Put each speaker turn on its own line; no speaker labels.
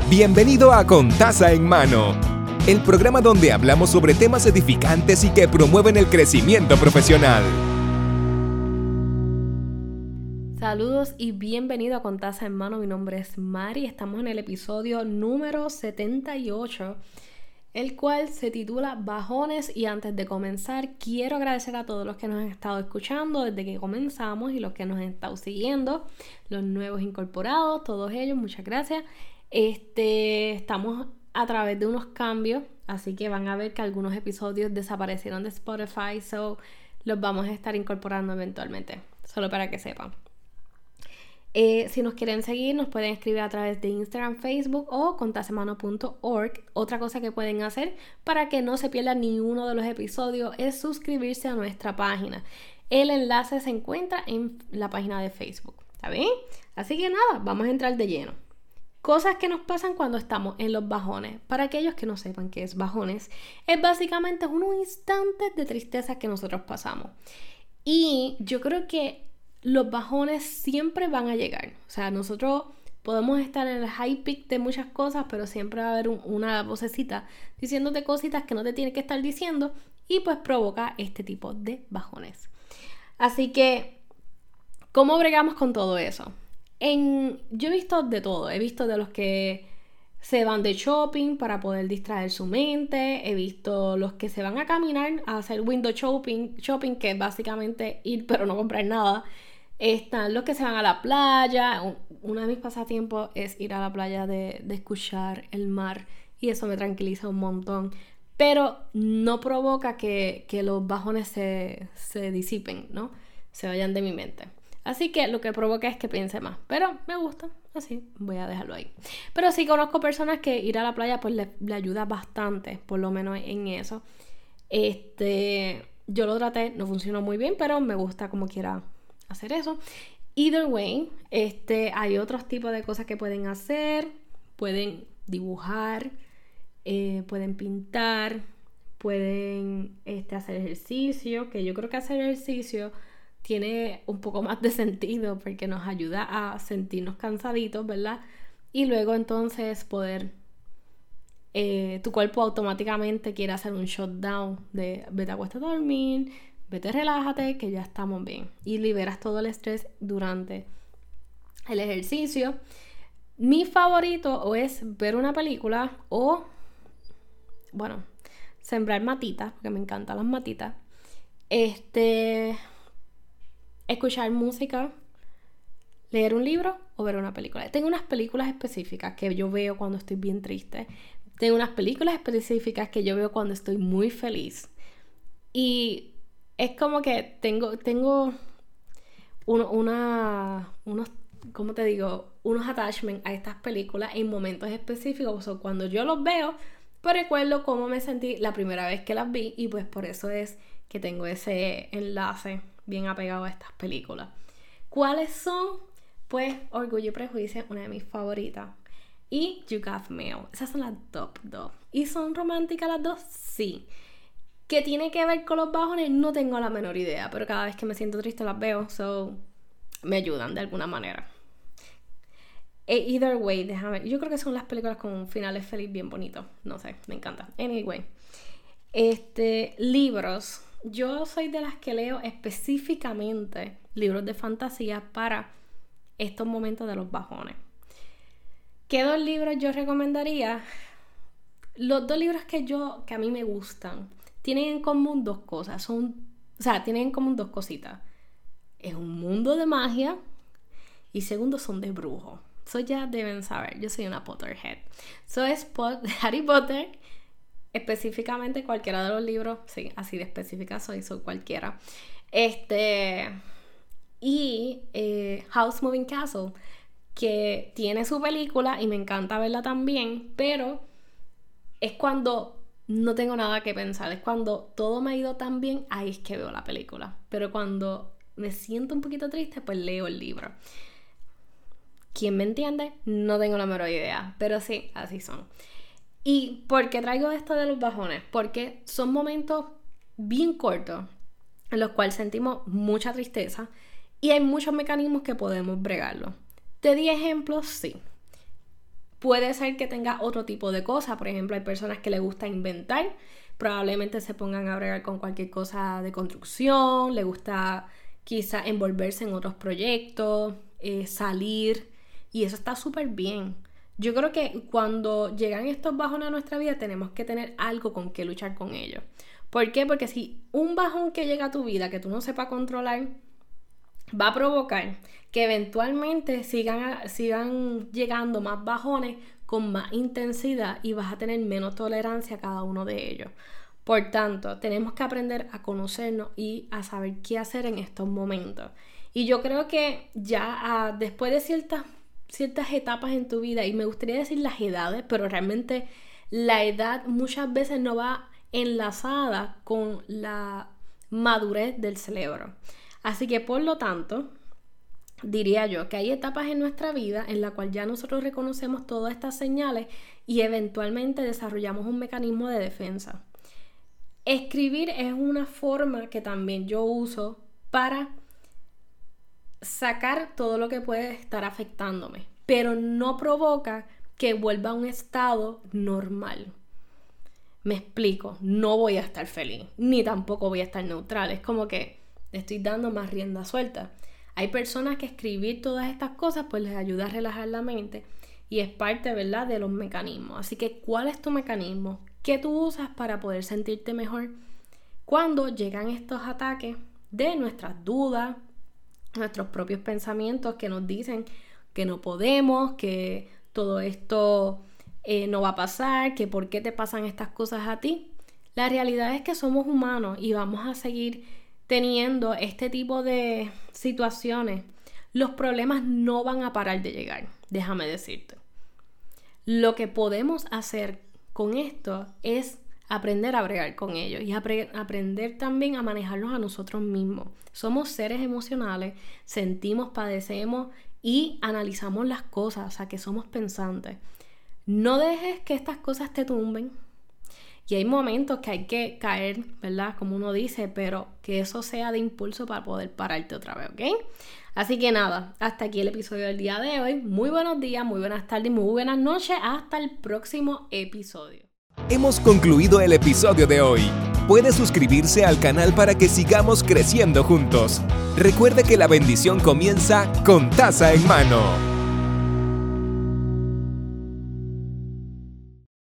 Bienvenido a Con Taza en Mano, el programa donde hablamos sobre temas edificantes y que promueven el crecimiento profesional.
Saludos y bienvenido a Con Taza en Mano. Mi nombre es Mari. Estamos en el episodio número 78, el cual se titula Bajones. Y antes de comenzar, quiero agradecer a todos los que nos han estado escuchando desde que comenzamos y los que nos han estado siguiendo, los nuevos incorporados, todos ellos, muchas gracias. Estamos a través de unos cambios, así que van a ver que algunos episodios desaparecieron de Spotify, los vamos a estar incorporando eventualmente, solo para que sepan. Si nos quieren seguir, nos pueden escribir a través de Instagram, Facebook o contasemano.org. Otra cosa que pueden hacer para que no se pierdan ni uno de los episodios es suscribirse a nuestra página. El enlace se encuentra en la página de Facebook, ¿está bien? Así que nada, vamos a entrar de lleno. Cosas que nos pasan cuando estamos en los bajones. Para aquellos que no sepan qué es bajones, es básicamente unos instantes de tristeza que nosotros pasamos. Y yo creo que los bajones siempre van a llegar. O sea, nosotros podemos estar en el high peak de muchas cosas, pero siempre va a haber una vocecita diciéndote cositas que no te tiene que estar diciendo y pues provoca este tipo de bajones. Así que, ¿cómo bregamos con todo eso? Yo he visto de todo. He visto de los que se van de shopping para poder distraer su mente. He visto los que se van a caminar a hacer window shopping, que es básicamente ir pero no comprar nada. Están los que se van a la playa. Uno de mis pasatiempos es ir a la playa de escuchar el mar y eso me tranquiliza un montón. Pero no provoca que los bajones se disipen, ¿no? Se vayan de mi mente. Así que lo que provoca es que piense más. Pero me gusta, así voy a dejarlo ahí. Pero sí conozco personas que ir a la playa pues le ayuda bastante, por lo menos en eso. Yo lo traté, no funcionó muy bien, pero me gusta como quiera hacer eso. Either way, hay otros tipos de cosas que pueden hacer. Pueden dibujar, pueden pintar, pueden hacer ejercicio, que yo creo que hacer ejercicio tiene un poco más de sentido porque nos ayuda a sentirnos cansaditos, ¿verdad? Y luego entonces poder tu cuerpo automáticamente quiere hacer un shutdown de vete, acuéstate a dormir, vete, relájate, que ya estamos bien. Y liberas todo el estrés durante el ejercicio. Mi favorito o es ver una película o, bueno, sembrar matitas, porque me encantan las matitas. Escuchar música, leer un libro o ver una película. Tengo unas películas específicas que yo veo cuando estoy bien triste. Tengo unas películas específicas que yo veo cuando estoy muy feliz. Y es como que tengo unos, ¿cómo te digo? Unos attachments a estas películas en momentos específicos. O sea, cuando yo los veo, pues recuerdo cómo me sentí la primera vez que las vi y pues por eso es que tengo ese enlace bien apegado a estas películas. ¿Cuáles son? Pues Orgullo y Prejuicio, una de mis favoritas, y You Got Mail. Esas son las top 2. ¿Y son románticas las dos? Sí. ¿Qué tiene que ver con los bajones? No tengo la menor idea, pero cada vez que me siento triste las veo, me ayudan de alguna manera. Either way, déjame ver. Yo creo que son las películas con finales feliz bien bonitos. No sé, me encanta. Anyway, libros. Yo soy de las que leo específicamente libros de fantasía para estos momentos de los bajones. ¿Qué 2 libros yo recomendaría? Los 2 libros que a mí me gustan tienen en común 2 cosas. Tienen en común 2 cositas. Es un mundo de magia y segundo son de brujos. Eso ya deben saber, yo soy una Potterhead. Es Harry Potter. Específicamente cualquiera de los libros, sí, así de específica soy cualquiera. Y House Moving Castle, que tiene su película y me encanta verla también, pero es cuando no tengo nada que pensar, es cuando todo me ha ido tan bien, ahí es que veo la película. Pero cuando me siento un poquito triste, pues leo el libro. ¿Quién me entiende? No tengo la menor idea, pero sí, así son. ¿Y por qué traigo esto de los bajones? Porque son momentos bien cortos en los cuales sentimos mucha tristeza y hay muchos mecanismos que podemos bregarlo. Te di ejemplos, sí. Puede ser que tenga otro tipo de cosas. Por ejemplo, hay personas que les gusta inventar. Probablemente se pongan a bregar con cualquier cosa de construcción. Le gusta quizá envolverse en otros proyectos, salir. Y eso está súper bien. Yo creo que cuando llegan estos bajones a nuestra vida tenemos que tener algo con que luchar con ellos. ¿Por qué? Porque si un bajón que llega a tu vida que tú no sepas controlar va a provocar que eventualmente sigan llegando más bajones con más intensidad y vas a tener menos tolerancia a cada uno de ellos. Por tanto, tenemos que aprender a conocernos y a saber qué hacer en estos momentos. Y yo creo que ya después de ciertas etapas en tu vida, y me gustaría decir las edades, pero realmente la edad muchas veces no va enlazada con la madurez del cerebro. Así que por lo tanto, diría yo que hay etapas en nuestra vida en la cual ya nosotros reconocemos todas estas señales y eventualmente desarrollamos un mecanismo de defensa. Escribir es una forma que también yo uso para sacar todo lo que puede estar afectándome, pero no provoca que vuelva a un estado normal. Me explico, no voy a estar feliz, ni tampoco voy a estar neutral. Es como que le estoy dando más rienda suelta. Hay personas que escribir todas estas cosas pues les ayuda a relajar la mente y es parte, ¿verdad?, de los mecanismos. Así que, ¿cuál es tu mecanismo? ¿Qué tú usas para poder sentirte mejor cuando llegan estos ataques de nuestras dudas, nuestros propios pensamientos que nos dicen que no podemos, que todo esto no va a pasar, que por qué te pasan estas cosas a ti? La realidad es que somos humanos y vamos a seguir teniendo este tipo de situaciones. Los problemas no van a parar de llegar, déjame decirte. Lo que podemos hacer con esto es aprender a bregar con ellos y aprender también a manejarlos a nosotros mismos. Somos seres emocionales, sentimos, padecemos y analizamos las cosas, o sea que somos pensantes. No dejes que estas cosas te tumben. Y hay momentos que hay que caer, ¿verdad? Como uno dice, pero que eso sea de impulso para poder pararte otra vez, ¿ok? Así que nada, hasta aquí el episodio del día de hoy. Muy buenos días, muy buenas tardes, muy buenas noches. Hasta el próximo episodio.
Hemos concluido el episodio de hoy. Puede suscribirse al canal para que sigamos creciendo juntos. Recuerde que la bendición comienza con taza en mano.